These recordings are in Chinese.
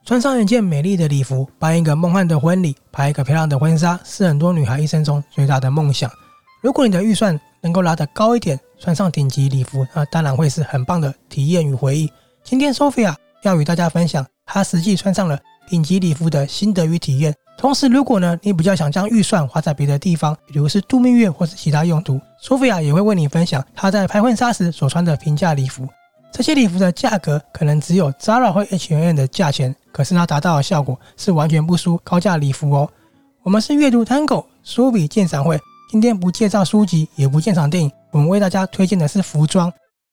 穿上一件美丽的礼服，办一个梦幻的婚礼，拍一个漂亮的婚纱，是很多女孩一生中最大的梦想。如果你的预算能够拉得高一点，穿上顶级礼服，那当然会是很棒的体验与回忆。今天 Sophia 要与大家分享她实际穿上了顶级礼服的心得与体验。同时如果呢你比较想将预算花在别的地方，比如是度蜜月或是其他用途， Sophia 也会为你分享她在拍婚纱时所穿的平价礼服。这些礼服的价格可能只有 Zara 或 H&M 的价钱，可是它达到的效果是完全不输高价礼服哦。我们是阅读 Tango 书笔鉴赏会，今天不介绍书籍也不鉴赏电影，我们为大家推荐的是服装。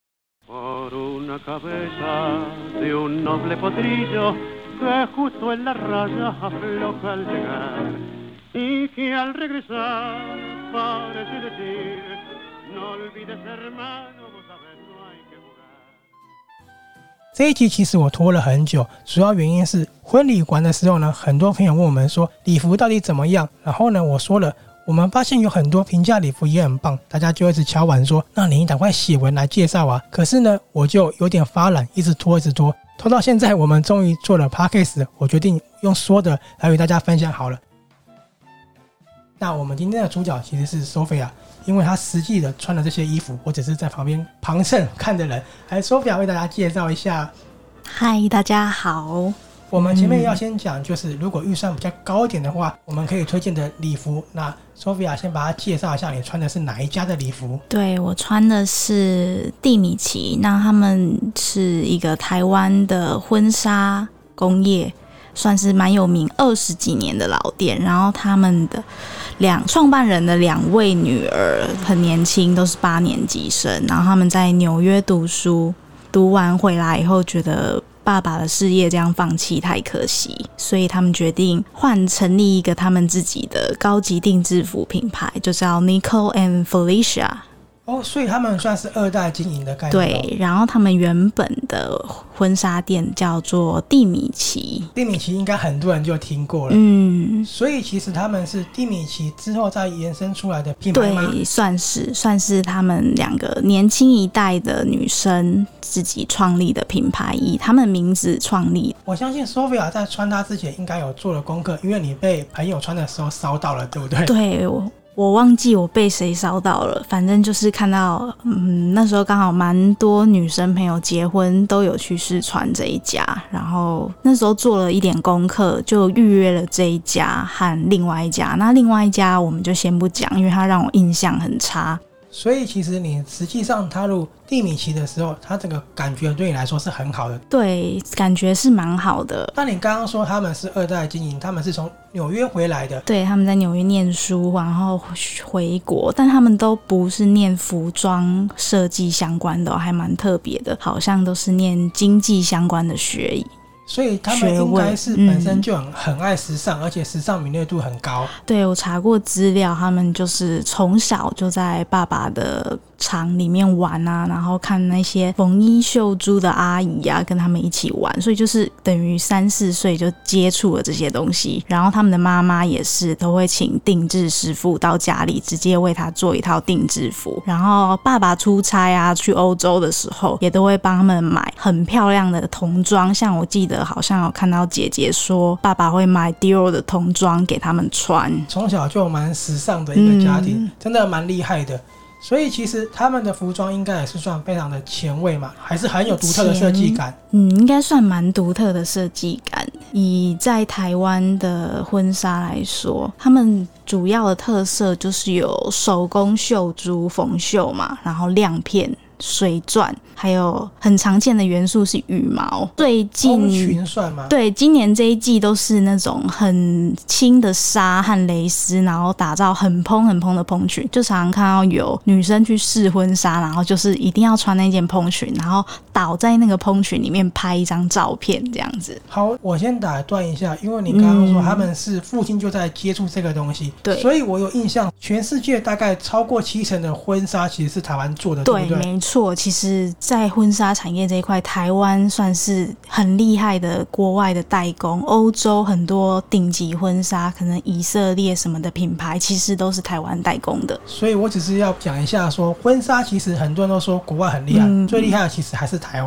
这一集其实我拖了很久，主要原因是婚礼完的时候呢，很多朋友问我们说礼服到底怎么样，然后呢我说了我们发现有很多平价礼服也很棒，大家就一直敲碗说那你赶快写文来介绍啊。可是呢我就有点发懒，一直拖到现在，我们终于做了 Podcast， 我决定用说的来与大家分享好了。那我们今天的主角其实是 Sophia， 因为她实际的穿了这些衣服，我只是在旁边旁衬看的人。来 Sophia 为大家介绍一下。 嗨，大家好。 我们前面要先讲，就是如果预算比较高一点的话，我们可以推荐的礼服。那 Sophia 先把它介绍一下，你穿的是哪一家的礼服？ 对，我穿的是蒂米奇，那他们是一个台湾的婚纱工业，算是蛮有名20几年的老店。然后他们的创办人的2位女儿很年轻，都是8年级生，然后他们在纽约读书，读完回来以后觉得爸爸的事业这样放弃太可惜，所以他们决定成立一个他们自己的高级定制服品牌，就叫 Nicole and Felicia。 哦，所以他们算是2代经营的概念。 对，然后他们原本的婚纱店叫做蒂米奇。 蒂米奇应该很多人就听过了。所以其实他们是蒂米奇之后再延伸出来的品牌吗？ 对，算是他们2个年轻一代的女生自己创立的品牌，以他们名字创立。 我相信 Sophia 在穿它之前应该有做了功课，因为你被朋友穿的时候烧到了，对不对？ 对，我忘记我被谁烧到了，反正就是看到那时候刚好蛮多女生朋友结婚都有去试穿这一家，然后那时候做了一点功课，就预约了这一家和另外一家。那另外一家我们就先不讲，因为它让我印象很差。 所以其实你实际上踏入蒂米奇的时候，它这个感觉对你来说是很好的。 对，感觉是蛮好的。 那你刚刚说他们是2代经营，他们是从纽约回来的。 对，他们在纽约念书，然后回国，但他们都不是念服装设计相关的，还蛮特别的，好像都是念经济相关的学所以他们应该是本身就很爱时尚，而且时尚敏锐度很高。 对，我查过资料，他们就是从小就在爸爸的厂里面玩啊，然后看那些缝衣绣珠的阿姨啊，跟他们一起玩，所以就是等于3、4岁就接触了这些东西。然后他们的妈妈也是都会请定制师傅到家里直接为他做一套定制服，然后爸爸出差啊去欧洲的时候也都会帮他们买很漂亮的童装，像我记得好像有看到姐姐说爸爸会买 Dior 的童装给他们穿。 从小就蛮时尚的一个家庭，真的蛮厉害的。所以其实他们的服装应该也是算非常的前卫嘛，还是很有独特的设计感。 应该算蛮独特的设计感。以在台湾的婚纱来说，他们主要的特色就是有手工绣珠缝绣嘛，然后亮片水钻，还有很常见的元素是羽毛。最近蓬裙算吗？ 对，今年这一季都是那种很轻的纱和蕾丝，然后打造很蓬的蓬裙。就常常看到有女生去试婚纱，然后就是一定要穿那件蓬裙，然后倒在那个蓬裙里面拍一张照片这样子。 好，我先打断一下，因为你刚刚说他们是父亲就在接触这个东西，对，所以我有印象，全世界大概超过70%的婚纱其实是台湾做的，对不对？ 对，没错。其实在婚纱产业这一块，台湾算是很厉害的国外的代工。欧洲很多顶级婚纱，可能以色列什么的品牌，其实都是台湾代工的。 所以我只是要讲一下说，婚纱其实很多人都说国外很厉害，最厉害的其实还是台湾。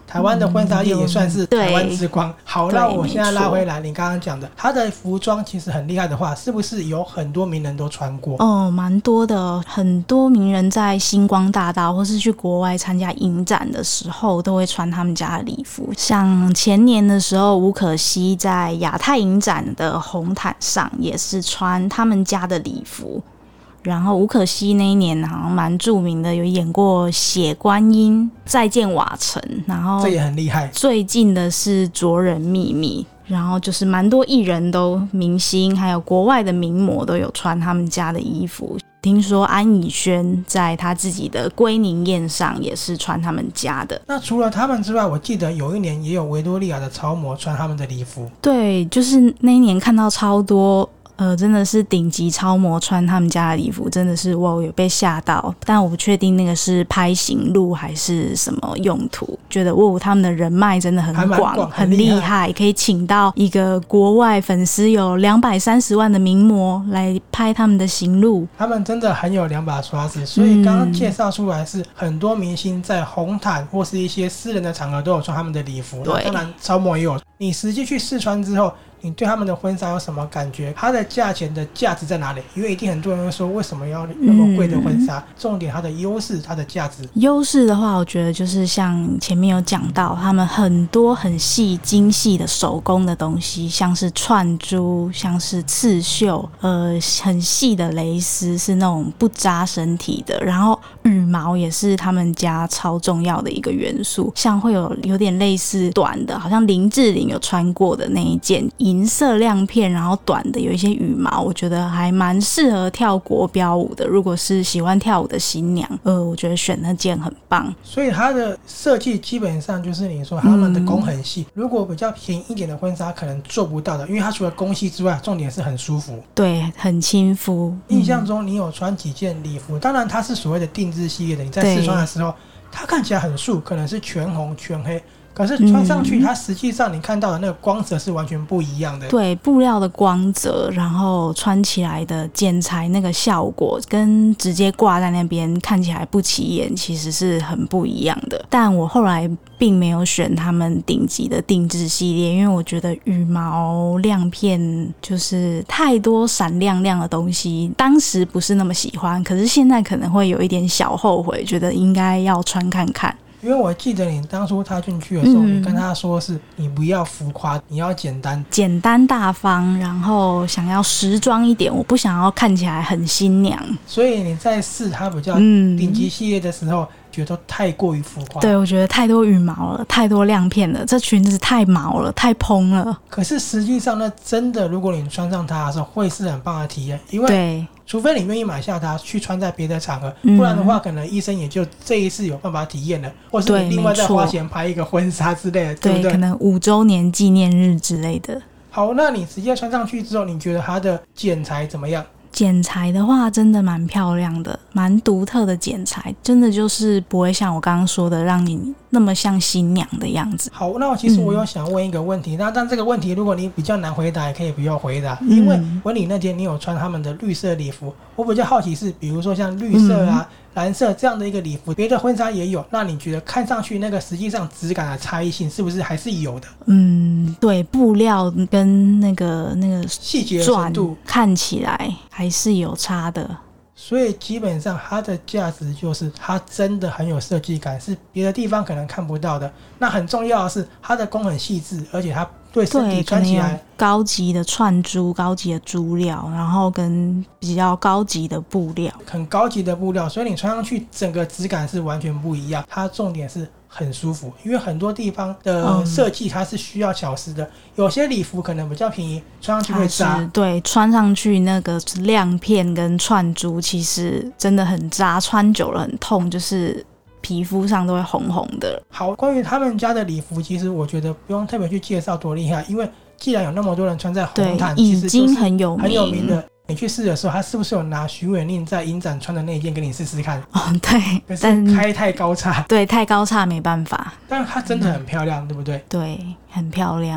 台湾的婚纱业也算是台湾之光。好，那我现在拉回来，你刚刚讲的，他的服装其实很厉害的话，是不是有很多名人都穿过？ 哦，蛮多的，很多名人在星光大道或是去国外参加影展的时候，都会穿他们家的礼服。像前年的时候，吴可熙在亚太影展的红毯上也是穿他们家的礼服。然后吴可熙那一年好像蛮著名的，有演过《血观音》《再见瓦城》，然后这也很厉害。 最近的是《灼人秘密》，然后就是蛮多艺人都明星还有国外的名模都有穿他们家的衣服。听说安以轩在他自己的归宁宴上也是穿他们家的。 那除了他们之外，我记得有一年也有维多利亚的超模穿他们的礼服。 对，就是那一年看到超多真的是顶级超模穿他们家的礼服，真的是我有被吓到，但我不确定那个是拍行路还是什么用途。觉得他们的人脉真的很广，很厉害，可以请到一个国外粉丝有230万的名模来拍他们的行路， 他们真的很有两把刷子。所以刚刚介绍出来是很多明星在红毯或是一些私人的场合都有穿他们的礼服，当然超模也有。你实际去试穿之后，你对他们的婚纱有什么感觉？它的价钱的价值在哪里？因为一定很多人会说，为什么要那么贵的婚纱？重点它的优势，它的价值。 优势的话，我觉得就是像前面有讲到，他们很多很细精细的手工的东西，像是串珠，像是刺绣，很细的蕾丝是那种不扎身体的，然后羽毛也是他们家超重要的一个元素，像会有点类似短的，好像林志玲有穿过的那一件银色亮片，然后短的有一些羽毛，我觉得还蛮适合跳国标舞的。如果是喜欢跳舞的新娘，我觉得选那件很棒。 所以它的设计基本上就是你说他们的工很细，如果比较便宜一点的婚纱可能做不到的，因为它除了工细之外，重点是很舒服， 对，很亲肤。 印象中你有穿几件礼服，当然它是所谓的定制系列的，你在试穿的时候它看起来很素，可能是全红全黑，可是穿上去它实际上你看到的那个光泽是完全不一样的。 对，布料的光泽，然后穿起来的剪裁那个效果跟直接挂在那边看起来不起眼，其实是很不一样的。但我后来并没有选他们顶级的定制系列，因为我觉得羽毛亮片就是太多闪亮亮的东西，当时不是那么喜欢，可是现在可能会有一点小后悔，觉得应该要穿看看。 因为我记得你当初踏进去的时候，你跟他说是你不要浮夸，你要简单大方，然后想要时装一点，我不想要看起来很新娘。 所以你在试它比较顶级系列的时候，觉得太过于浮夸。 对，我觉得太多羽毛了，太多亮片了，这裙子太毛了，太蓬了。 可是实际上呢，真的如果你穿上它的时候，会是很棒的体验，因为对，除非你愿意买下它去穿在别的场合，不然的话可能医生也就这一次有办法体验了，或是你另外再花钱拍一个婚纱之类的， 对不对？ 可能5周年纪念日之类的。 好，那你直接穿上去之后，你觉得它的剪裁怎么样？ 剪裁的话真的蛮漂亮的，蛮独特的剪裁，真的就是不会像我刚刚说的让你那么像新娘的样子。 好，那其实我有想问一个问题，但这个问题如果你比较难回答也可以不要回答，因为婚礼那天你有穿他们的绿色礼服，我比较好奇是比如说像绿色啊、蓝色这样的一个礼服，别的婚纱也有，那你觉得看上去那个实际上质感的差异性是不是还是有的？ 对，布料跟那个细节的程度看起来还是有差的。 所以基本上它的价值就是它真的很有设计感，是别的地方可能看不到的。那很重要的是它的工很细致，而且它对身体穿起来高级的串珠、高级的珠料，然后跟比较高级的布料， 很高级的布料，所以你穿上去整个质感是完全不一样。它重点是很舒服，因为很多地方的设计它是需要巧思的，有些礼服可能比较便宜，穿上去会扎。 对，穿上去那个亮片跟串珠其实真的很扎，穿久了很痛，就是皮肤上都会红红的。 好，关于他们家的礼服，其实我觉得不用特别去介绍多厉害，因为既然有那么多人穿在红毯， 已经很有名的。你去试的时候，他是不是有拿许瑋甯在影展穿的那一件给你试试看？ 对， 可是开太高叉。 对，太高叉没办法。 但它真的很漂亮，对不对？ 对，很漂亮。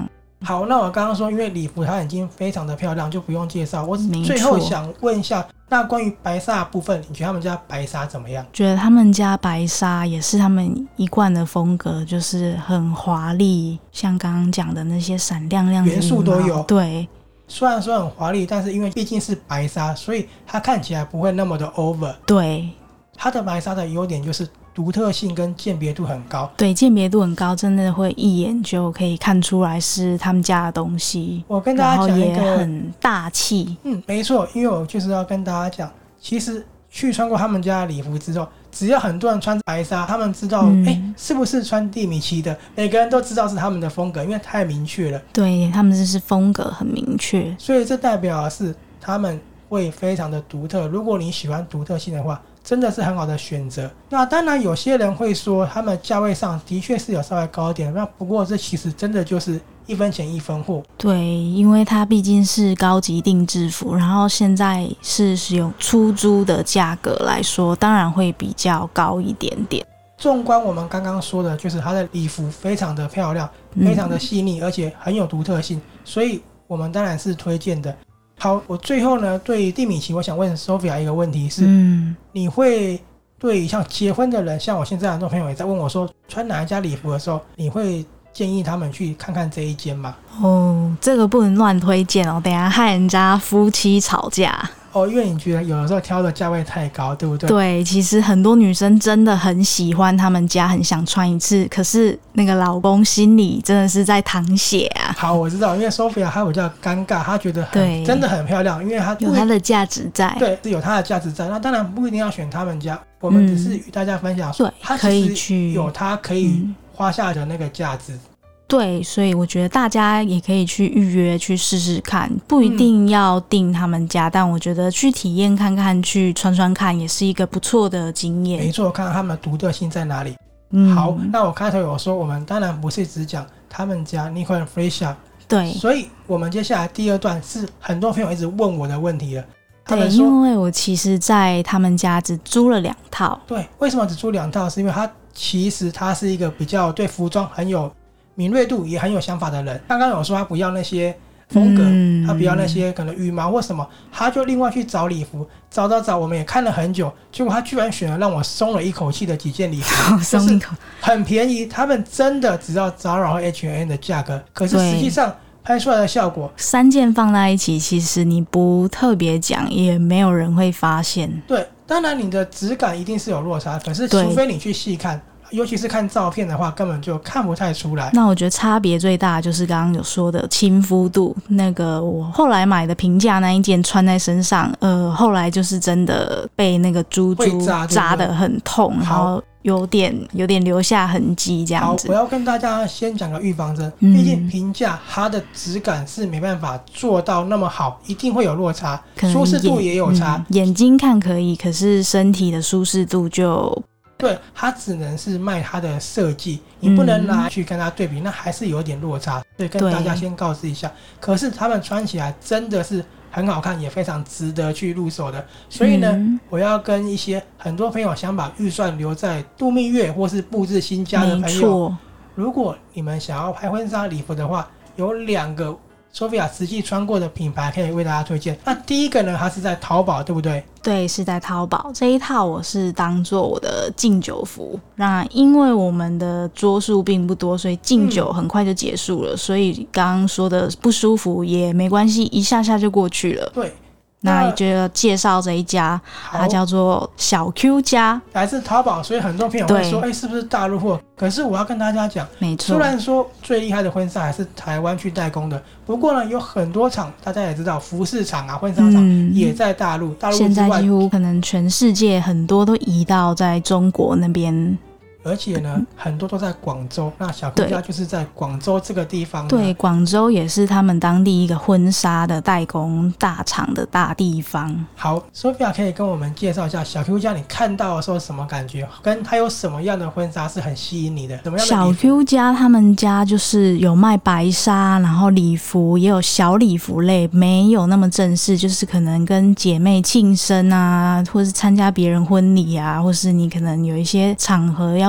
好，那我刚刚说因为礼服它已经非常的漂亮，就不用介绍，我没错最后想问一下，那关于白纱的部分，你觉得他们家白纱怎么样？ 觉得他们家白纱也是他们一贯的风格，就是很华丽，像刚刚讲的那些闪亮亮的元素都有。 对， 虽然说很华丽，但是因为毕竟是白纱，所以它看起来不会那么的 over。 对， 它的白纱的优点就是独特性跟鉴别度很高。 对，鉴别度很高，真的会一眼就可以看出来是他们家的东西。 我跟大家讲一个， 然后也很大气。 没错，因为我就是要跟大家讲，其实去穿过他们家的礼服之后，只要很多人穿白纱，他们知道是不是穿蒂米奇的，每个人都知道是他们的风格，因为太明确了。 对，他们就是风格很明确， 所以这代表的是他们会非常的独特。如果你喜欢独特性的话，真的是很好的选择。那当然有些人会说他们价位上的确是有稍微高一点，那不过这其实真的就是一分钱一分货。 对，因为它毕竟是高级定制服，然后现在是使用出租的价格来说，当然会比较高一点点。 纵观我们刚刚说的，就是它的礼服非常的漂亮，非常的细腻，而且很有独特性，所以我们当然是推荐的。好，我最后呢，对蒂米奇，我想问 Sophia 一个问题是，你会对像结婚的人，像我现在很多朋友也在问我说，穿哪一家礼服的时候，你会建议他们去看看这一间吗？ 这个不能乱推荐哦，等一下害人家夫妻吵架。 因为你觉得有的时候挑的价位太高，对不对？ 对，其实很多女生真的很喜欢他们家，很想穿一次，可是那个老公心里真的是在淌血啊。 好，我知道，因为 Sophia 她比较尴尬，她觉得真的很漂亮，因为她有她的价值在。 对，是有她的价值在。那当然不一定要选他们家，我们只是与大家分享说，她其实有她可以花下的那个价值。 对，所以我觉得大家也可以去预约去试试看，不一定要订他们家，但我觉得去体验看看，去穿穿看也是一个不错的经验。 没错，看看他们的独特性在哪里。好，那我开头有说，我们当然不是只讲他们家 Nico and Felicia， 对， 所以我们接下来第二段是很多朋友一直问我的问题了。 对，因为我其实在他们家只租了2套。 对，为什么只租2套？是因为他是一个比较对服装很有敏锐度也很有想法的人。刚刚有说他不要那些风格，他不要那些可能羽毛或什么，他就另外去找礼服，找，我们也看了很久，结果他居然选了让我松了一口气的几件礼服， 松一口， 很便宜，他们真的只要 Zara 和 H&M 的价格，可是实际上拍出来的效果 ，3件放在一起，其实你不特别讲，也没有人会发现。 对，当然你的质感一定是有落差，可是除非你去细看。尤其是看照片的话，根本就看不太出来。 那我觉得差别最大就是刚刚有说的亲肤度。那个我后来买的平价那一件穿在身上，后来就是真的被那个珠扎得很痛，然后有点留下痕迹这样子。 好，我要跟大家先讲个预防针，毕竟平价它的质感是没办法做到那么好，一定会有落差，舒适度也有差。 眼睛看可以，可是身体的舒适度就。 对，它只能是卖它的设计，你不能拿去跟它对比，那还是有点落差。所以跟大家先告知一下。可是他们穿起来真的是很好看，也非常值得去入手的。所以呢，我要跟一些很多朋友想把预算留在度蜜月或是布置新家的朋友，如果你们想要拍婚纱礼服的话，有2个Sophia 实际穿过的品牌可以为大家推荐。那第一个呢，它是在淘宝，对不对？ 对，是在淘宝。这一套我是当做我的敬酒服，那因为我们的桌数并不多，所以敬酒很快就结束了，所以刚刚说的不舒服也没关系，一下下就过去了。 对。 那就要介绍这一家，它叫做小 Q 家， 来自淘宝，所以很多朋友会说，是不是大陆货？可是我要跟大家讲， 没错， 虽然说最厉害的婚纱还是台湾去代工的，不过呢，有很多厂，大家也知道，服饰厂啊、婚纱厂也在大陆。大陆之外， 现在几乎可能全世界很多都移到在中国那边。 而且呢，很多都在广州。那小 Q 家就是在广州这个地方。 对，广州也是他们当地一个婚纱的代工大厂的大地方。 好 ，Sophia 可以跟我们介绍一下小 Q 家，你看到的时候什么感觉？跟它有什么样的婚纱是很吸引你的？什么样的小 Q 家他们家就是有卖白纱，然后礼服也有小礼服类，没有那么正式，就是可能跟姐妹庆生啊，或是参加别人婚礼啊，或是你可能有一些场合要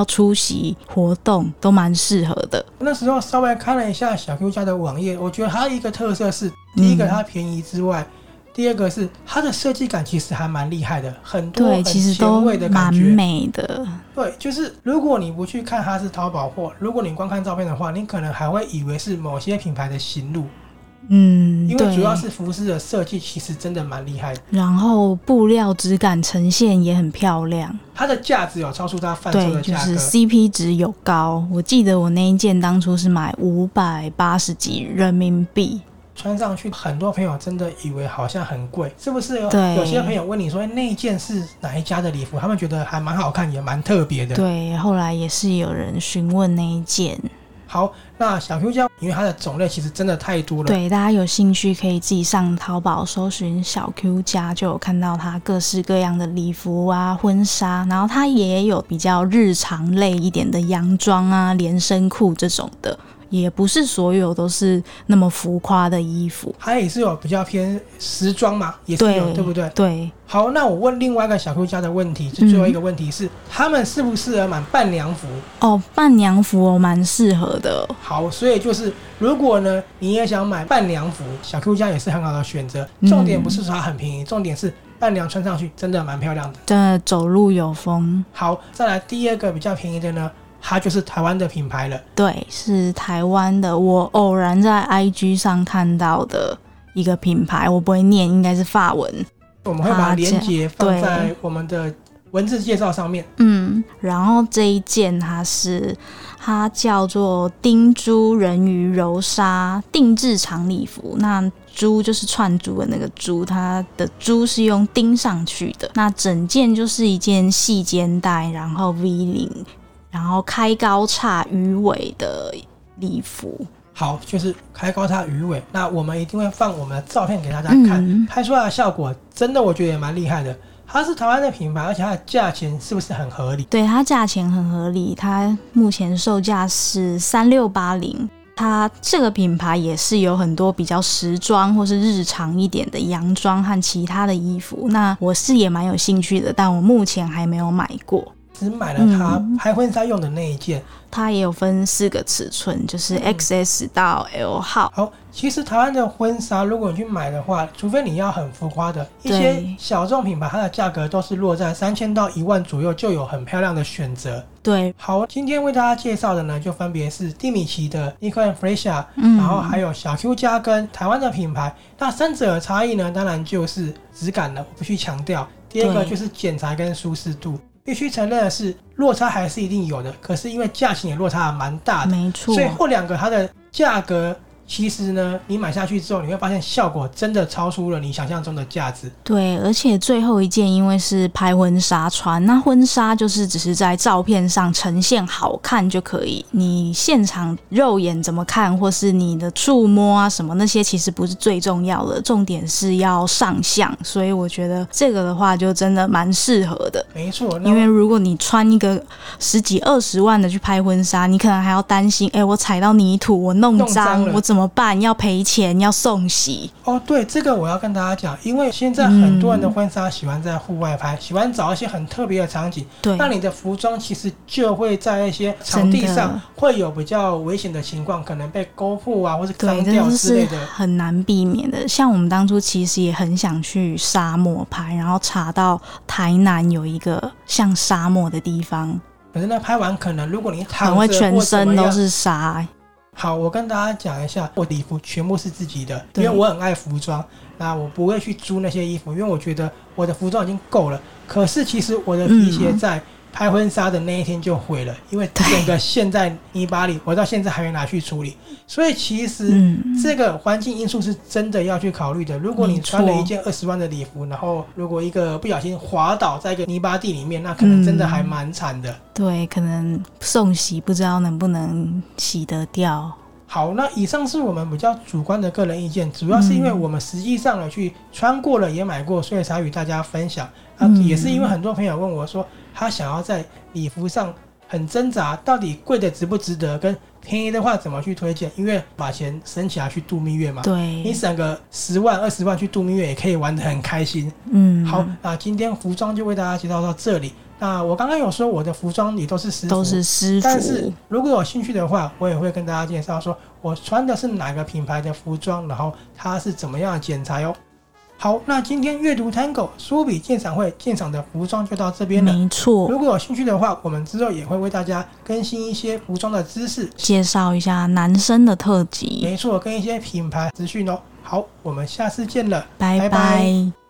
要出席活动都蛮适合的。 那时候稍微看了一下小 Q 家的网页，我觉得它一个特色是，第一个它便宜之外，第二个是它的设计感其实还蛮厉害的，很多很前卫的感觉， 蛮美的。 对，就是如果你不去看它是淘宝货，如果你光看照片的话，你可能还会以为是某些品牌的型录。因为主要是服饰的设计其实真的蛮厉害的， 然后布料质感呈现也很漂亮， 它的价值有超出它贩售的价格， 对，就是 CP 值有高。我记得我那一件当初是买580几人民币， 穿上去很多朋友真的以为好像很贵，是不是？有些朋友问你说那一件是哪一家的礼服，他们觉得还蛮好看也蛮特别的。 对，后来也是有人询问那一件。 好，那小 Q 家因为它的种类其实真的太多了， 对，大家有兴趣可以自己上淘宝搜寻小 Q 家，就有看到它各式各样的礼服啊、婚纱，然后它也有比较日常类一点的洋装啊、连身裤这种的，也不是所有都是那么浮夸的衣服， 它也是有比较偏时装嘛，也是有， 对不对？ 对。 好，那我问另外一个小 Q 家的问题，就最后一个问题是，他们适不适合买伴娘服？ 伴娘服蛮适合的。 好，所以就是如果呢你也想买伴娘服，小 Q 家也是很好的选择。重点不是说它很便宜，重点是伴娘穿上去真的蛮漂亮的， 真的走路有风。 好，再来第二个比较便宜的呢，它就是台湾的品牌了。 对，是台湾的，我偶然在 IG 上看到的一个品牌，我不会念，应该是法文。 我们会把链接放在我们的文字介绍上面。 然后这一件它叫做丁珠人鱼柔纱定制长礼服，那珠就是串珠的那个珠，它的珠是用钉上去的。那整件就是一件细肩带，然后 V 领，然后开高叉鱼尾的礼服。 好，就是开高叉鱼尾，那我们一定会放我们的照片给大家看，拍出来的效果真的我觉得也蛮厉害的。它是台湾的品牌，而且它的价钱是不是很合理？ 对，它价钱很合理，它目前售价是3680。它这个品牌也是有很多比较时装或是日常一点的洋装和其他的衣服，那我是也蛮有兴趣的，但我目前还没有买过。 只买了它拍婚纱用的那一件， 它也有分4个尺寸，就是 XS 到 L 号。 好，其实台湾的婚纱如果你去买的话，除非你要很浮夸的一些小众品牌，它的价格都是落在3000到1万左右，就有很漂亮的选择。 对， 好，今天为大家介绍的呢，就分别是蒂米奇的 Nico & Fresha，然后还有小 Q 家跟台湾的品牌。那三者的差异呢，当然就是质感了，我必须强调。第二个就是剪裁跟舒适度。必须承认的是，落差还是一定有的，可是因为价钱也落差蛮大的， 没错。 所以后两个它的价格其实呢，你买下去之后，你会发现效果真的超出了你想象中的价值。 对，而且最后一件因为是拍婚纱穿，那婚纱就是只是在照片上呈现好看就可以，你现场肉眼怎么看，或是你的触摸啊什么那些，其实不是最重要的，重点是要上相。所以我觉得这个的话就真的蛮适合的。 没错， 因为如果你穿一个10几20万的去拍婚纱，你可能还要担心，我踩到泥土，我弄脏，我怎么办？要赔钱，要送洗。 对，这个我要跟大家讲，因为现在很多人的婚纱喜欢在户外拍，喜欢找一些很特别的场景， 对， 那你的服装其实就会在一些场地上会有比较危险的情况，可能被勾破啊，或是脏掉之类的， 是很难避免的。像我们当初其实也很想去沙漠拍，然后查到台南有一个像沙漠的地方， 可是那拍完可能如果你躺着会全身都是沙。 好，我跟大家讲一下，我的衣服全部是自己的，因为我很爱服装，那我不会去租那些衣服，因为我觉得我的服装已经够了。可是其实我的皮鞋在拍婚纱的那一天就毁了，因为整个陷在泥巴里，我到现在还没拿去处理。所以其实这个环境因素是真的要去考虑的。如果你穿了一件20万的礼服，然后如果一个不小心滑倒在一个泥巴地里面，那可能真的还蛮惨的。 对，可能送洗不知道能不能洗得掉。 好，那以上是我们比较主观的个人意见，主要是因为我们实际上呢去穿过了也买过，所以才与大家分享。也是因为很多朋友问我说，他想要在礼服上很挣扎，到底贵的值不值得，跟便宜的话怎么去推荐？因为把钱省起来去度蜜月嘛， 对， 你省个10万20万去度蜜月也可以玩得很开心。好，那今天服装就为大家介绍到这里。 那我刚刚有说我的服装也都是师傅，但是如果有兴趣的话，我也会跟大家介绍说我穿的是哪个品牌的服装，然后它是怎么样的剪裁哦。好，那今天阅读 Tango 书笔鉴赏会鉴赏的服装就到这边了。 没错， 如果有兴趣的话，我们之后也会为大家更新一些服装的知识， 介绍一下男生的特辑。 没错，跟一些品牌资讯哦。好，我们下次见了， 拜拜。